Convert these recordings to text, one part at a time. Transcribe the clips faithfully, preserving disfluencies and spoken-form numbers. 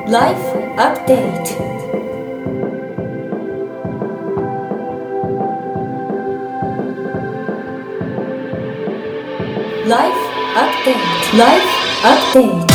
Life Update Life Update Life Update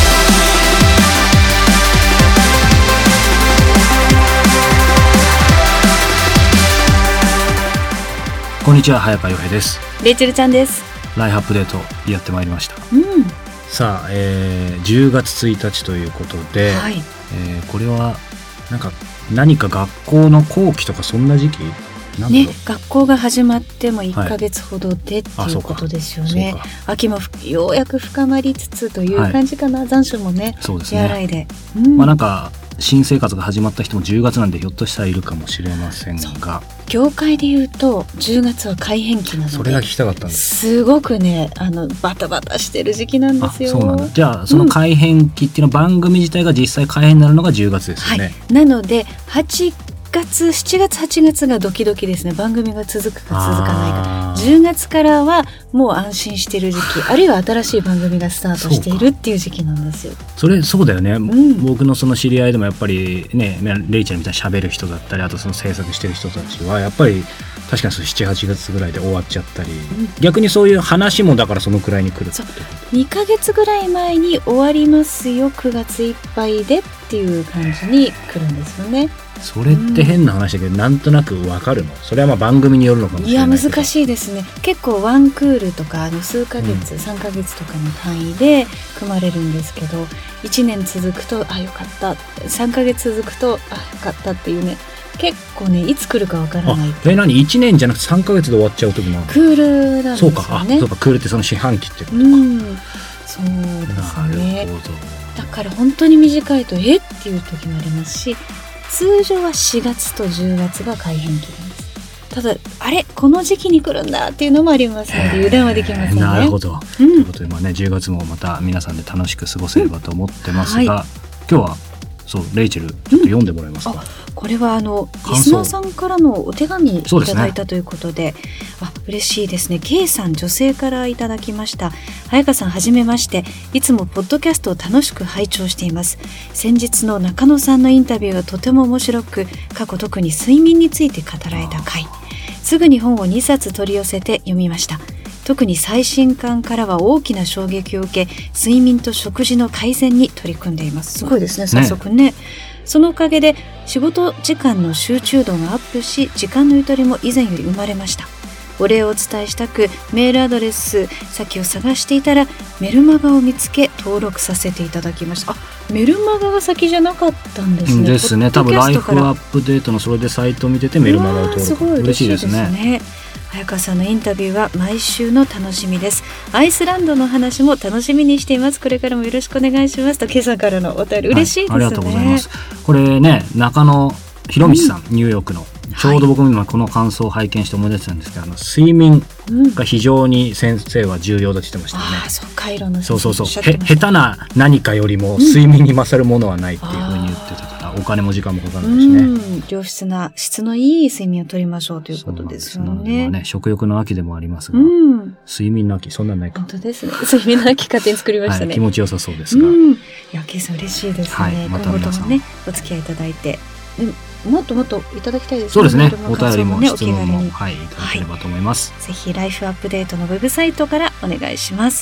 こんにちは、早川洋平です。 レイチェルちゃんです。 ライフアップデートやってまいりました。 うん、 さあ、えー、じゅうがつついたちということで、 はい、 えー、これはなんか何か学校の後期とかそんな時期なんだろう、 ね、学校が始まってもいっかげつほどで、はい、っていうことですよね。秋もようやく深まりつつという感じかな、はい、残暑もね、 そうですね、 手洗いで、うん、 まあなんか新生活が始まった人もじゅうがつなんでひょっとしたらいるかもしれませんが、 業界でいうとじゅうがつは改編期なので、 それが聞きたかったんです。 すごくね、あのバタバタしてる時期なんですよ。 あ、そうなんだ。じゃあその改編期っていうのは、番組自体が実際改編になるのがじゅうがつですよね、はい、 なのではちがつしちがつはちがつがドキドキですね。番組が続くか続かないか。じゅうがつからはもう安心してる時期、あるいは新しい番組がスタートしているっていう時期なんですよ。 それそうだよね、うん、僕のその知り合いでもやっぱりね、レイチェルみたいに喋る人だったり、あとその制作してる人たちはやっぱり確かにしちはちがつぐらいで終わっちゃったり、うん、逆にそういう話もだからそのくらいに来るって。 そう、にかげつぐらい前に終わりますよ、くがついっぱいでっていう感じに来るんですよね。 それって変な話だけど、うん、なんとなく分かるの？それはまあ番組によるのかもしれないけど。 いや難しいですね。結構ワンクールとかあの数ヶ月、うん、さんかげつとかの単位で組まれるんですけど、いちねん続くとあよかった、さんかげつ続くとあよかったっていうね、結構ねいつ来るか分からない。 え、何いちねんじゃなくてさんかげつで終わっちゃう時もあるの？ クールなんですよね。 そうか、あ、そうか、クールってその四半期ってことか、 うん、そうですね。 なるほど。 だから本当に短いとえっていう時もありますし、通常はしがつとじゅうがつが改編期なんです。ただあれこの時期に来るんだっていうのもありますので、油断はできませんね。 なるほど、 うん、 ということで、まあね、じゅうがつもまた皆さんで楽しく過ごせればと思ってますが、うん、はい、今日はそうレイチェルちょっと読んでもらえますか？うん、 これはあのリスナーさんからのお手紙いただいたということで、あ、嬉しいですね。 K さん、女性からいただきました。早川さん、はじめまして。いつもポッドキャストを楽しく拝聴しています。先日の中野さんのインタビューがとても面白く、過去特に睡眠について語られた回、すぐに本をにさつ取り寄せて読みました。特に最新刊からは大きな衝撃を受け、睡眠と食事の改善に取り組んでいます。すごいですね、早速 ね, ねそのおかげで仕事時間の集中度がアップし、時間のゆとりも以前より生まれました。お礼をお伝えしたく、メールアドレス先を探していたらメルマガを見つけ登録させていただきました。あ、メルマガが先じゃなかったんですね。 ですね。多分ライフアップデートのそれでサイトを見ててメルマガを登録。 すごい嬉しいですね。早川さんのインタビューは毎週の楽しみです。アイスランドの話も楽しみにしています。これからもよろしくお願いしますと、今朝からのお便り嬉しいですね、はい、ありがとうございます。 これね、中野博道さん、うん、ニューヨークの、ちょうど僕も今この感想を拝見して思い出したんですけど、はい、あの睡眠が非常に先生は重要だとしてましたよね、うん、 あ、そう、回路のそうそうそう、へ下手な何かよりも睡眠に勝るものはないっていうふうに言ってたから、うん、お金も時間もかからないしね、うん、 良質な質のいい睡眠をとりましょうということですよね。 ね、食欲の秋でもありますが、うん、睡眠の秋、そんなんないか。 本当ですね。睡眠の秋勝手に作りましたね、はい、 気持ちよさそうですが、うん、 いや、ケイさん嬉しいですね、はい、 また皆さん今後ともねお付き合いいただいて、もっともっといただきたいですね。 そうですね。お便りも質問も、はい、いただければと思います、 はい、ぜひライフアップデートのウェブサイトからお願いします。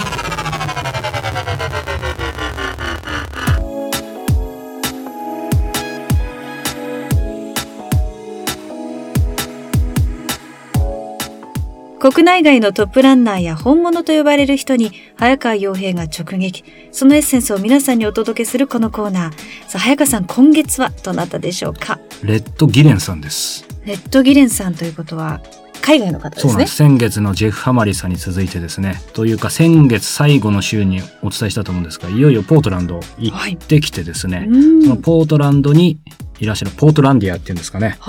国内外のトップランナーや本物と呼ばれる人に早川洋平が直撃、そのエッセンスを皆さんにお届けするこのコーナー。さあ、早川さん、今月はどなたでしょうか？ レッド・ギレンさんです。 レッド・ギレンさんということは海外の方ですね。 そうなんです。先月のジェフ・ハマリさんに続いてですね、というか先月最後の週にお伝えしたと思うんですが、いよいよポートランド行ってきてですね、はい、そのポートランドにいらっしゃるポートランディアっていうんですかね、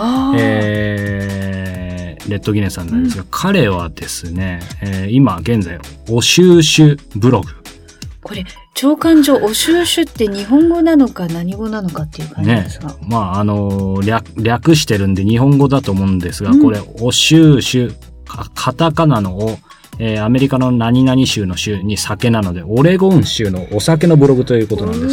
えー、レッド・ギレンさんなんですが、うん、彼はですね、えー、今現在お収集ブログ、 これ長官上お収集って日本語なのか何語なのかっていう感じですか？ ね、まああの 略, 略してるんで日本語だと思うんですが、うん、これお収集、カタカナのお、えー、アメリカの何々州の州に酒なのでオレゴン州のお酒のブログということなんですね。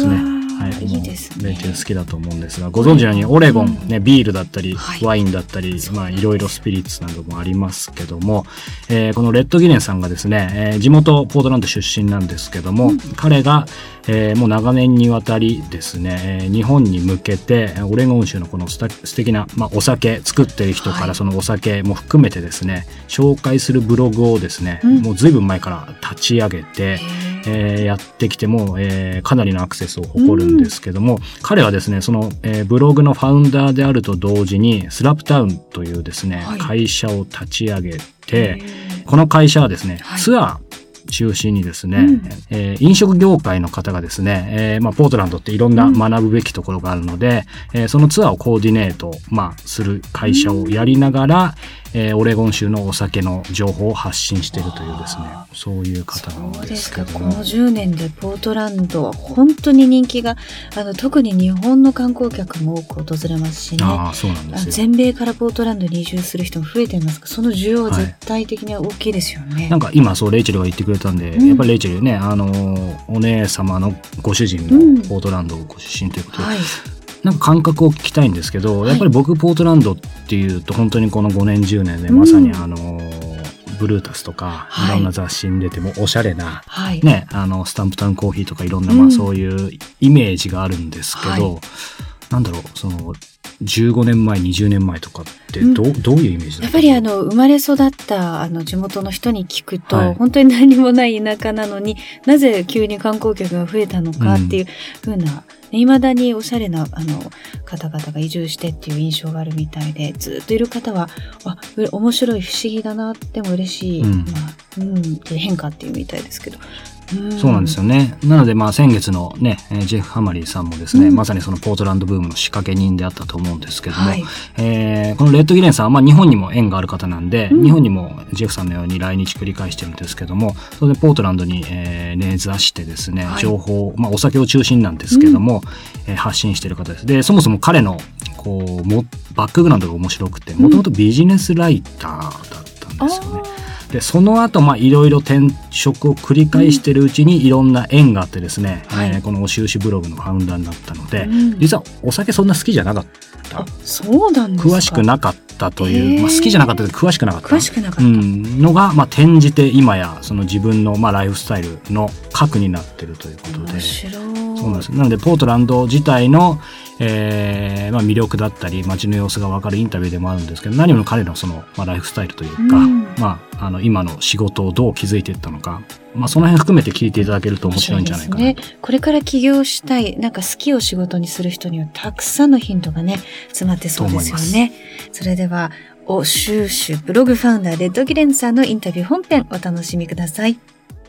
はい、 いいですね。 レイチェル好きだと思うんですが、ご存知のようにオレゴン、ね、ビールだったり、はい、ワインだったり、まあ、いろいろスピリッツなどもありますけども、えー、このレッドギレンさんがですね、えー、地元ポートランド出身なんですけども、うん、彼が、えー、もう長年にわたりですね、えー、日本に向けてオレゴン州のこの素敵な、まあ、お酒作ってる人からそのお酒も含めてですね、はい、紹介するブログをですね、うん、もうずいぶん前から立ち上げて、えー、やってきても、えー、かなりのアクセスを誇るんですけども、うん、彼はですねその、えー、ブログのファウンダーであると同時にスラップタウンというですね、はい、会社を立ち上げて、この会社はですね、はい、ツアー中心にですね、うん、えー、飲食業界の方がですね、えーまあ、ポートランドっていろんな学ぶべきところがあるので、うん、えー、そのツアーをコーディネート、まあ、する会社をやりながら、うん、えー、オレゴン州のお酒の情報を発信しているというですね、そういう方なんですけども。 そうですか。このじゅうねんでポートランドは本当に人気が、あの特に日本の観光客も多く訪れますしね。 あ、そうなんですよ。 全米からポートランドに移住する人も増えていますが、その需要は絶対的に大きいですよね。 はい、なんか今そうレイチェルが言ってくれたんで、うん、やっぱりレイチェルね、あのお姉様のご主人もポートランドご出身ということで、うん、はい、なんか感覚を聞きたいんですけど、やっぱり僕ポートランドっていうと本当にこのごねんじゅうねんでまさにあの、うん、ブルータスとかいろんな雑誌に出てもおしゃれな、はい、ね、あのスタンプタウンコーヒーとかいろんな、まあ、そういうイメージがあるんですけど、うん、なんだろう、そのじゅうごねんまえにじゅうねんまえとかってどう、うん、どういうイメージだったの？ やっぱりあの生まれ育ったあの地元の人に聞くと、はい、本当に何もない田舎なのになぜ急に観光客が増えたのかっていう風な、うん、未だにおしゃれなあの方々が移住してっていう印象があるみたいで、ずっといる方はあ面白い不思議だな、でも嬉しい、うん、まあうん、っていう変化っていうみたいですけど、 そうなんですよね。なのでまあ先月のねジェフ・ハマリーさんもですね、うん、まさにそのポートランドブームの仕掛け人であったと思うんですけども、はい、えー、このレッドギレンさんはまあ日本にも縁がある方なんで、うん、日本にもジェフさんのように来日繰り返してるんですけども、それでポートランドに、えー、根ざしてですね、はい、情報、まあお酒を中心なんですけども、うん、えー、発信している方です。でそもそも彼のこうもバックグラウンドが面白くて、もともとビジネスライターだったんですよね。うん、でその後まあいろいろ転職を繰り返しているうちにいろんな縁があってですね、うん、えー、このおしゅうしブログのファウンダーになったので、うん、実はお酒そんな好きじゃなかった、 あ、そうなんですか。 詳しくなかったという、まあ、好きじゃなかったけど詳しくなかった詳しくなかった、 うん、のが、まあ、転じて今やその自分のまあライフスタイルの核になっているということで、 面白い。 そうなんです。なのでポートランド自体の、えーまあ、魅力だったり街の様子が分かるインタビューでもあるんですけど、何よりも彼のその、まあ、ライフスタイルというか、うん、まあ、あの今の仕事をどう築いていったのか、まあ、その辺含めて聞いていただけると面白いんじゃないかな。 そうですね。これから起業したい、なんか好きを仕事にする人にはたくさんのヒントがね詰まってそうですよね。それではおしゅうしゅブログファウンダーレッドギレンさんのインタビュー本編お楽しみください。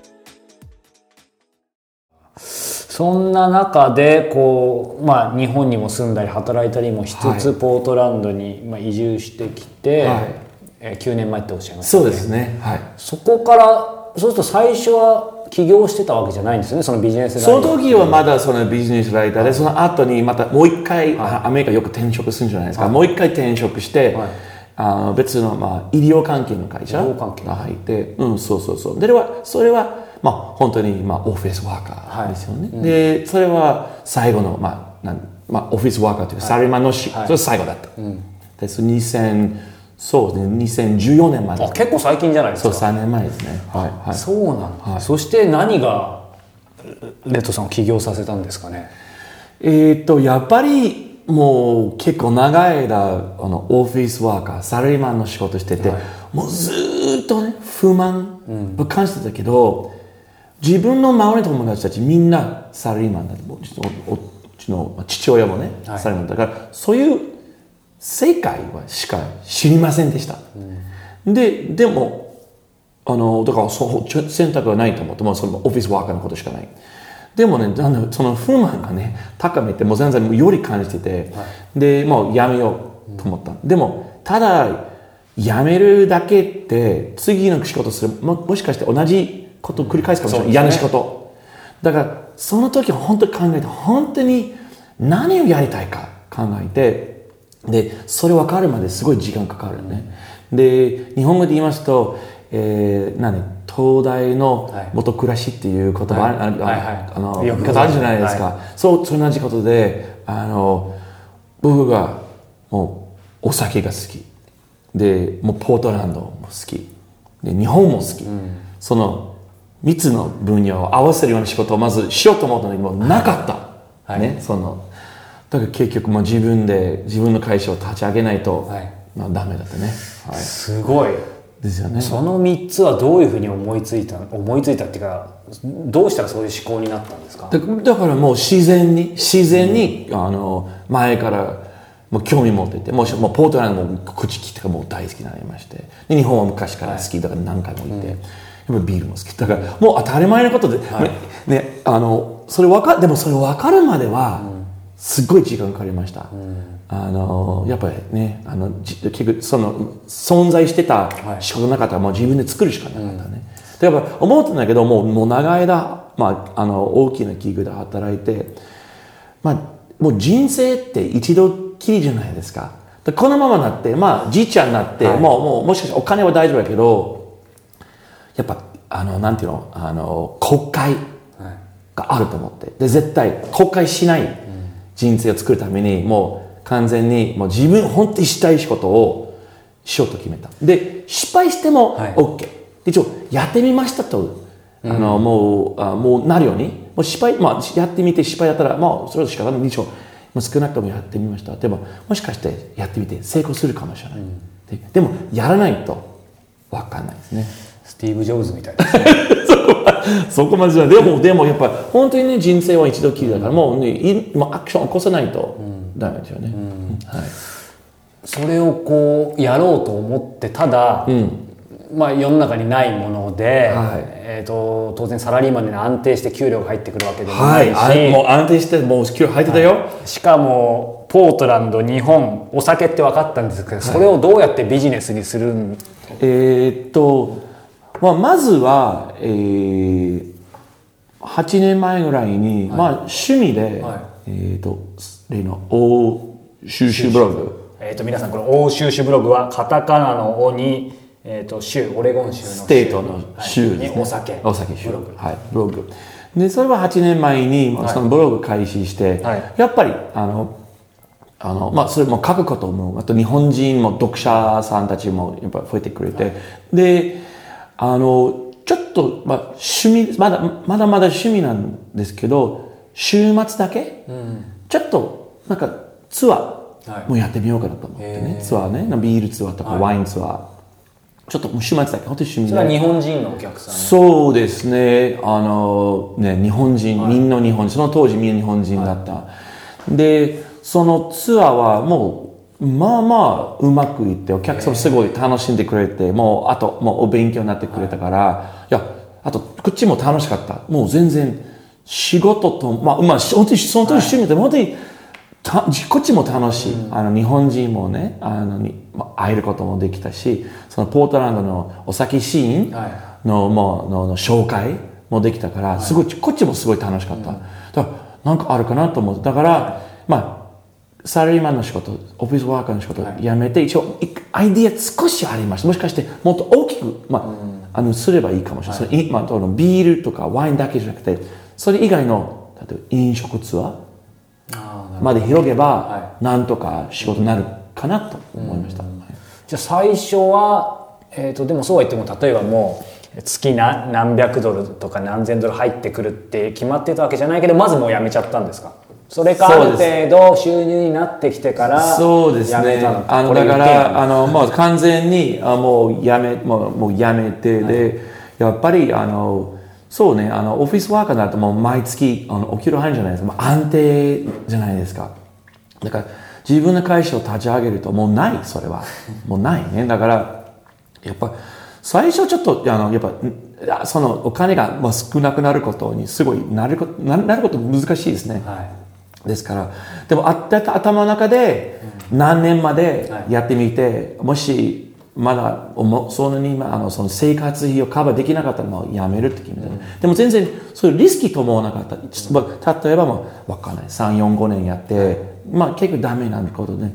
そんな中でこう、まあ、日本にも住んだり働いたりもしつつ、はい、ポートランドに、まあ、移住してきて、はい、えー、きゅうねんまえっておっしゃいましたね。 そうですね、はい、 そこからそうすると最初は起業してたわけじゃないんですよね、そのビジネスライター。 その時はまだそのビジネスライターで、はい、その後にまたもう一回、はい、アメリカよく転職するんじゃないですか、はい、もう一回転職して、はい、あの別の、まあ、医療関係の会社が入って、うん、そうそうそう。でそれはまあ、本当に、まあ、オフィスワーカーですよね、はい、うん、でそれは最後の、まあなんまあ、オフィスワーカーというか、はい、サラリーマンの仕事、はい、それ最後だった、うん、でにせんそうねにせんじゅうよねんまで。 あ、結構最近じゃないですか。 そうさんねんまえですね、はいはい、 そうなんだ、はい、そして何がレッドさんを起業させたんですかね。 えー、っとやっぱりもう結構長い間あのオフィスワーカーサラリーマンの仕事してて、はい、もうずっとね不満を感じてたけど、うん、自分の周りの友達たちみんなサラリーマンだって、うちの、うちの父親もね、はい、サラリーマンだから、そういう世界はしか知りませんでした、うん、ででもあのだからそう選択はないと思って、もうそのオフィスワーカーのことしかない。でもね、その不満がね高めてもう全然より感じてて、はい、でもうやめようと思った、うん、でもただやめるだけって次の仕事する も, もしかして同じことを繰り返すかもしれない、ね、嫌な仕事だから、その時は本当に考えて、本当に何をやりたいか考えて、でそれ分かるまですごい時間かかるね、うん、で日本語で言いますと、 えー、何東大の元暮らしっていう言葉、はい、あの、はいはい、あの言い方あるじゃないですか、はい、そう同じことであの僕がもうお酒が好きでもうポートランドも好きで日本も好き、うん、そのみっつの分野を合わせるような仕事をまずしようと思ったのにもうなかった、はいね、そのだから結局もう自分で自分の会社を立ち上げないと、はいまあ、ダメだったね、はい、 すごいですよね。そのみっつはどういうふうに思いついた思いついたっていうかどうしたらそういう思考になったんですか？ だ, だからもう自然に自然に、うん、あの前からもう興味持っていてもうもうポートランドも口利きとかもう大好きになりましてで日本は昔から好きだから何回も行って、はいうん、やっぱりビールも好きだからもう当たり前のことで、はいね、あのそれ分かでもそれ分かるまでは、うんすっごい時間かかりました、うん、あのやっぱりねあの結局その存在してた仕事なかったらもう自分で作るしかなかったね、うん、だから思ったんだけどもう、もう長い間、まあ、あの大きな企業で働いて、まあ、もう人生って一度きりじゃないですかこのままなって、まあ、じいちゃんになって、はい、もう、もうもしかしたらお金は大丈夫だけどやっぱあのなんていうのあの国会があると思ってで絶対国会しない人生を作るためにもう完全にもう自分本当にしたい仕事をしようと決めたで失敗しても OK、はい、で一応やってみましたと、うん、あのもうあもうなるようにもう失敗、まあ、やってみて失敗だったらまあそれは仕方ない一応少なくともやってみましたでももしかしてやってみて成功するかもしれない、うん、で, でもやらないと分かんないですねスティーブ・ジョブズみたいですねそこまでじゃでもでもやっぱり本当にね人生は一度きりだから、うん、もうねもうアクションを起こさないとダメですよね、うんうんはい、 それをこうやろうと思ってただ、うんまあ、世の中にないもので、はいえー、と当然サラリーマンで安定して給料が入ってくるわけでもないし、 はい、もう安定してもう給料入ってたよ、はい、 しかもポートランド日本お酒って分かったんですけど、はい、それをどうやってビジネスにするんえー、っとまあ、まずは、えー、はちねんまえぐらいに、はいまあ、趣味で、はいえー、と例の欧収集ブログ、 えー、と皆さんこれ欧収集ブログはカタカナの「オ」に、えー、と州オレゴン州のステートの州ですね、 はい、お酒お酒州ブログ、はい、ブログでそれははちねんまえに、まあ、そのブログ開始して、はい、やっぱりあのあのまあ、それも書くこともあと日本人も読者さんたちもやっぱ増えてくれて、はい、であのちょっと、まあ、趣味まだまだまだ趣味なんですけど週末だけ、うん、ちょっとなんかツアーもやってみようかなと思ってね、はい、ツアーねビールツアーとかワインツアー、はい、ちょっともう週末だけ本当に趣味でそれは日本人のお客さん、ね、 そうですねあのね日本人、はい、みんな日本人その当時みんな日本人だった、はい、でそのツアーはもうまあまあうまくいってお客さんすごい楽しんでくれてもうあともうお勉強になってくれたから、はい、いやあとこっちも楽しかったもう全然仕事とまあまあ本当にその時趣味で、はい、本当にたこっちも楽しい、うん、あの日本人もねあのに、まあ、会えることもできたしそのポートランドのお酒シーンの、はい、もうのの紹介もできたから、はい、すごいこっちもすごい楽しかった、うん、だからなんかあるかなと思ってだから、はい、まあサラリーマンの仕事、オフィスワーカーの仕事を辞めて、はい、一応アイディア少しありました。もしかしてもっと大きく、まあ、うん、あのすればいいかもしれない。はい、それまあ、ビールとかワインだけじゃなくて、それ以外の例えば飲食ツアーまで広げば、はい、なんとか仕事になるかなと思いました。うんはい、 じゃあ最初は、えーと、でもそうは言っても例えばもう月な何百ドルとか何千ドル入ってくるって決まってたわけじゃないけど、まずもう辞めちゃったんですか？それかある程度収入になってきてからそうですねあのだからあのもう完全にあもうやめもうもうやめてで、はい、やっぱりあのそうねあのオフィスワーカーだともう毎月あのお給料入るじゃないですか、もう安定じゃないですか。だから自分の会社を立ち上げるともうないそれはもうないね。だからやっぱ最初ちょっとあのやっぱそのお金がまあ少なくなることにすごいなることなること難しいですね。はいですからでもあった頭の中で何年までやってみて、うん、もしまだそのにあのその生活費をカバーできなかったらもうやめるって決めた、うん、でも全然そういうリスキーと思わなかった、うん、例えばもう分かんないさん、よん、ごねんやって、うん、まあ結構ダメなことで、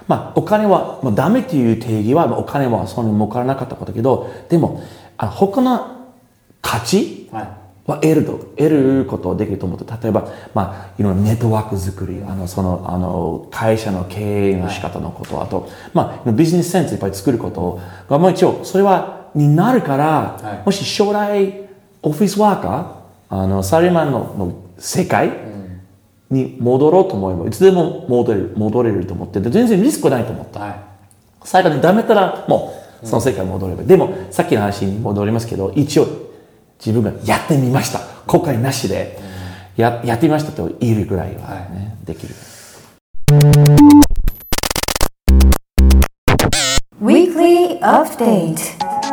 まあ、お金は、まあ、ダメという定義は、まあ、お金はそんなに儲からなかったことだけど、でも、あの他の価値は得ると、得ることができると思って、例えば、まあ、いろんなネットワーク作り、あの、その、あの、会社の経営の仕方のこと、あと、まあ、ビジネスセンスいっぱい作ることが、もう一応、それは、になるから、はい、もし将来、オフィスワーカー、あの、サラリーマンの、の世界、に戻ろうと思えばいつでも戻れる戻れると思ってで全然リスクないと思った、はい、最後にダメたらもうその世界に戻れば、うん、でもさっきの話に戻りますけど一応自分がやってみました後悔なしで、うん、や, やってみましたと言えるぐらいは、ねはい、できる。 Weekly Update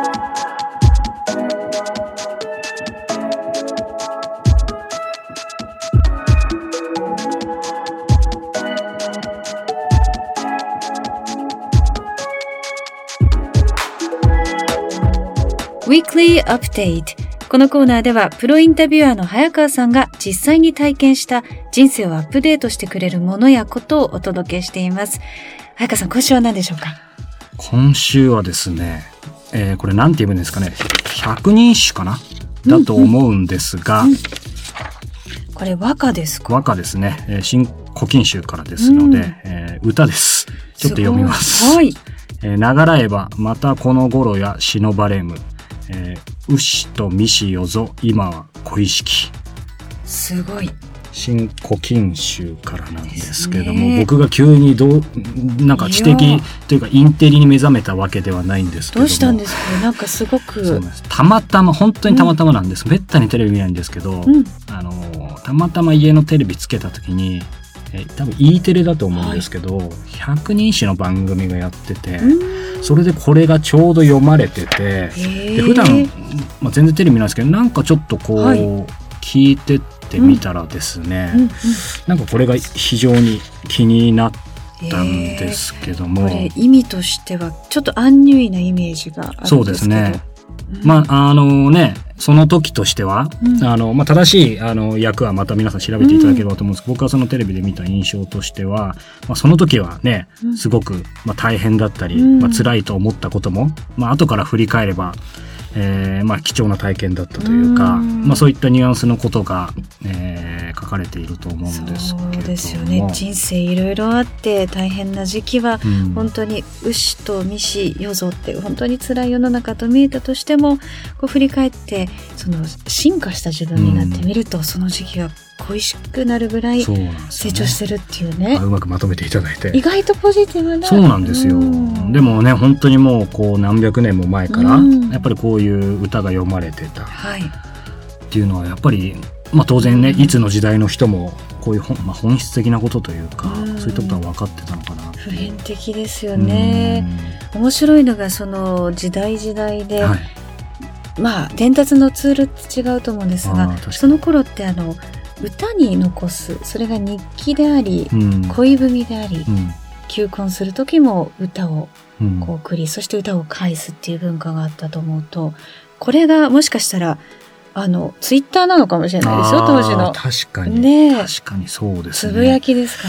Weekly Update このコーナーではプロインタビュアーの早川さんが実際に体験した人生をアップデートしてくれるものやことをお届けしています。早川さん、今週は何でしょうか？ 今週はですね、えー、これなんて言うんですかね、百人一首かなだと思うんですが、うんうんうん、 これ和歌ですか？ 和歌ですね、えー、新古今集からですので、うんえー、歌です。ちょっと読みます。 はい。 えー、長らえばまたこの頃や忍ばれむ、えー、牛とみしよぞ今は小意識。 すごい。 新古今集からなんですけれども、僕が急にどうなんか知的というかインテリに目覚めたわけではないんですけども、 どうしたんですか？なんかすごくそうなんです。たまたま本当にたまたまなんです。めったにテレビ見ないんですけど、うん、あのたまたま家のテレビつけた時に、えー、多分 E テレだと思うんですけど、はい、百人一首の番組がやってて、それでこれがちょうど読まれてて、で普段、まあ、全然テレビ見ないですけど、なんかちょっとこう、はい、聞いてってみたらですね、うんうんうん、なんかこれが非常に気になったんですけども、 これ意味としてはちょっとアンニュイなイメージがあるんですけど。 そうですね、うん、まああのねその時としては、うん、あのまあ、正しいあの役はまた皆さん調べていただければと思うんですけど、うん、僕はそのテレビで見た印象としては、まあ、その時はねすごく、まあ、大変だったり、うんまあ、辛いと思ったことも、まあ後から振り返ればえーまあ、貴重な体験だったというか、うんまあ、そういったニュアンスのことが、えー、書かれていると思うんですけども。 そうですよね。人生いろいろあって大変な時期は、うん、本当に牛とみしよぞって本当に辛い世の中と見えたとしても、こう振り返ってその進化した自分になってみると、うん、その時期は恋しくなるぐらい成長してるっていうね。 うまくまとめていただいて、 意外とポジティブな。 そうなんですよ、うん、でもね本当にもうこう何百年も前から、うん、やっぱりこういう歌が読まれてたっていうのはやっぱり、まあ、当然ね、うん、いつの時代の人もこういう本、まあ、本質的なことというか、うん、そういったことは分かってたのかな。 普遍的ですよね、うん、面白いのがその時代時代で、はい、まあ伝達のツールって違うと思うんですが、その頃ってあの歌に残す、それが日記であり、うん、恋文であり、うん、求婚する時も歌をこう送り、うん、そして歌を返すっていう文化があったと思うと、これがもしかしたらあのツイッターなのかもしれないですよ、当時の。 確かに、 ね、 確かにそうですね。 つぶやきですから。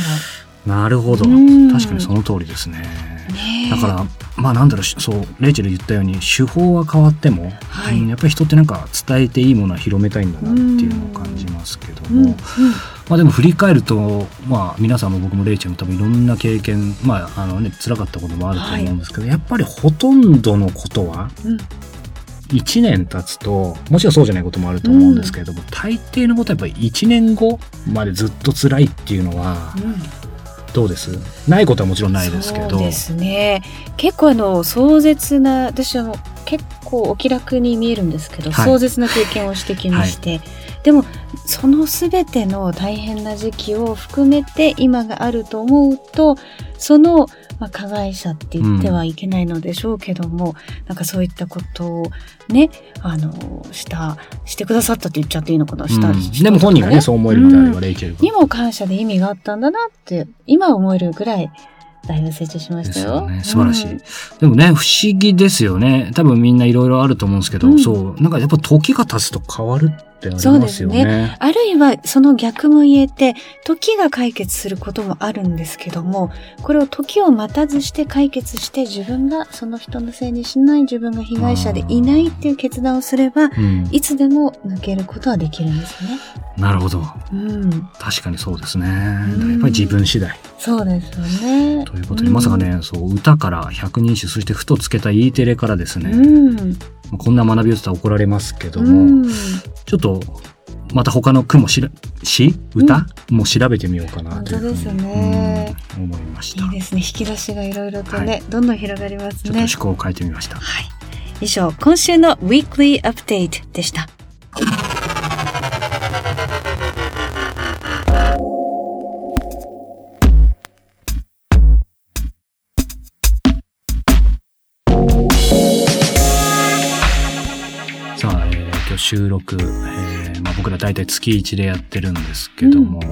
なるほど、確かにその通りですね。ねだからまあなんだろう、そうレイチェル言ったように手法は変わっても、はい、うん、やっぱり人ってなんか伝えていいものは広めたいんだなっていうのを感じますけども、うんうん、まあでも振り返ると、まあ皆さんも僕もレイチェルも多分いろんな経験、まああのね辛かったこともあると思うんですけど、はい、やっぱりほとんどのことは、うんいちねん経つと、もちろんそうじゃないこともあると思うんですけれども、うん、大抵のことはやっぱりいちねんごまでずっと辛いっていうのは、うん、どうです？ないことはもちろんないですけど。 そうですね。結構あの壮絶な、私は結構お気楽に見えるんですけど、はい、壮絶な経験を指摘にして、はい、でもその全ての大変な時期を含めて今があると思うと、そのまあ、加害者って言ってはいけないのでしょうけども、うん、なんかそういったことをね、あのしたしてくださったって言っちゃっていいのかな、した、うん、 でも本人がねそう思えるみたいな、レイチェルがにも感謝で意味があったんだなって今思えるぐらいだいぶ成長しましたよ。 ですよね、素晴らしい、うん、でもね不思議ですよね。多分みんないろいろあると思うんですけど、うん、そうなんかやっぱ時が経つと変わるってありますよね。そうですね。 あるいはその逆も言えて、時が解決することもあるんですけども、これを時を待たずして解決して、自分がその人のせいにしない、自分が被害者でいないっていう決断をすれば、うん、いつでも抜けることはできるんですね。 なるほど、 うん、 確かにそうですね、うん、やっぱり自分次第。 そうですよね。 ということで、うん、まさかね、そう歌から百人一首、そしてふとつけた E テレからですね、うん、こんな学びをしたら怒られますけども、うん、ちょっとまた他の句もしら詩歌、うん、も調べてみようかなというふうに、 本当ですね、 うん、思いました。 いいですね、引き出しがいろいろとね、はい、どんどん広がりますね。 ちょっと思考を変えてみました。 はい、以上、今週の Weekly Update でした。 収録、えーまあ、僕ら大体月いちでやってるんですけども、うん、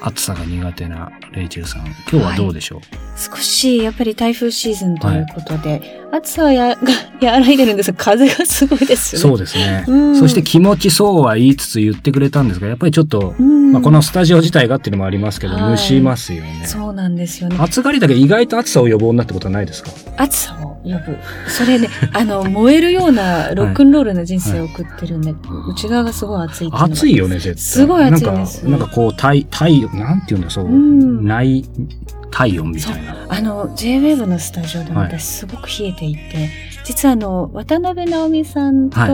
暑さが苦手なレイチェルさん、今日はどうでしょう？はい、 少しやっぱり台風シーズンということで、はい、暑さはやが和らいでるんですが、風がすごいですよね。 そうですね、うん、そして気持ちそうは言いつつ言ってくれたんですが、やっぱりちょっと、うんまあ、このスタジオ自体がっていうのもありますけど、はい、蒸しますよね。 そうなんですよね。 暑がりだけど意外と暑さを予防になったことはないですか？ 暑さを予防、それねあの燃えるようなロックンロールな人生を送ってるんで、はいはい、内側がすごい暑いっていうのが。 暑いよね、絶対。 すごい暑いです。 なんか、なんかこう体体なんていうんだ、そう、うん、内体温みたいな。 あの ジェイウェーブ のスタジオでも私すごく冷えていて、はい、実はあの渡辺直美さんと、はい、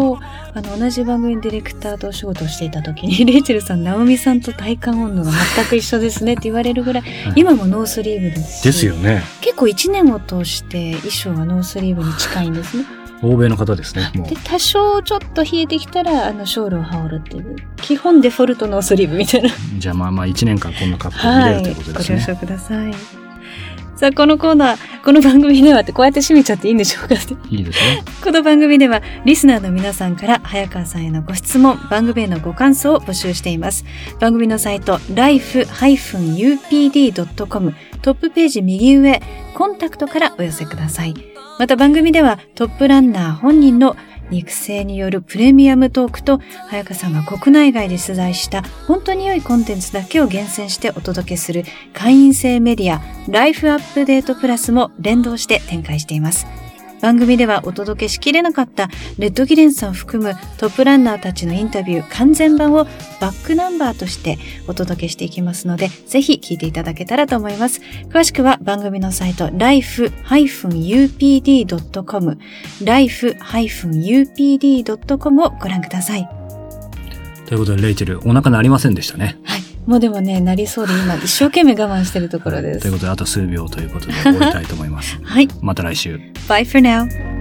あの同じ番組のディレクターとお仕事をしていた時に、レイチェルさん、直美さんと体感温度が全く一緒ですねって言われるぐらい、はい、今もノースリーブですし、 ですよね。 結構いちねんを通して衣装がノースリーブに近いんですね。 欧米の方ですね。もうで、多少ちょっと冷えてきたらあのショールを羽織るっていう、基本デフォルトノースリーブみたいな。 じゃあまあまあいちねんかんこんな格好を見れるということですね。 はい、ご了承ください。さあ、このコーナー、この番組ではってこうやって締めちゃっていいんでしょうか？ いいですね。 この番組ではリスナーの皆さんから早川さんへのご質問、番組へのご感想を募集しています。番組のサイト ライフ ユーピーディー ドットコム トップページ右上コンタクトからお寄せください。また番組ではトップランナー本人の肉声によるプレミアムトークと、早川さんが国内外で取材した本当に良いコンテンツだけを厳選してお届けする会員制メディアライフアップデートプラスも連動して展開しています。番組ではお届けしきれなかったレッドギレンさんを含むトップランナーたちのインタビュー完全版をバックナンバーとしてお届けしていきますので、ぜひ聞いていただけたらと思います。詳しくは番組のサイト ライフ ユーピーディー ドットコム ライフ ユーピーディー ドットコム をご覧ください。 ということでレイチェル、お腹鳴りませんでしたね。 はい、もうでもね、なりそうで今一生懸命我慢しているところです。 ということであと数秒ということで終わりたいと思います。 はい。 また来週。 Bye for now.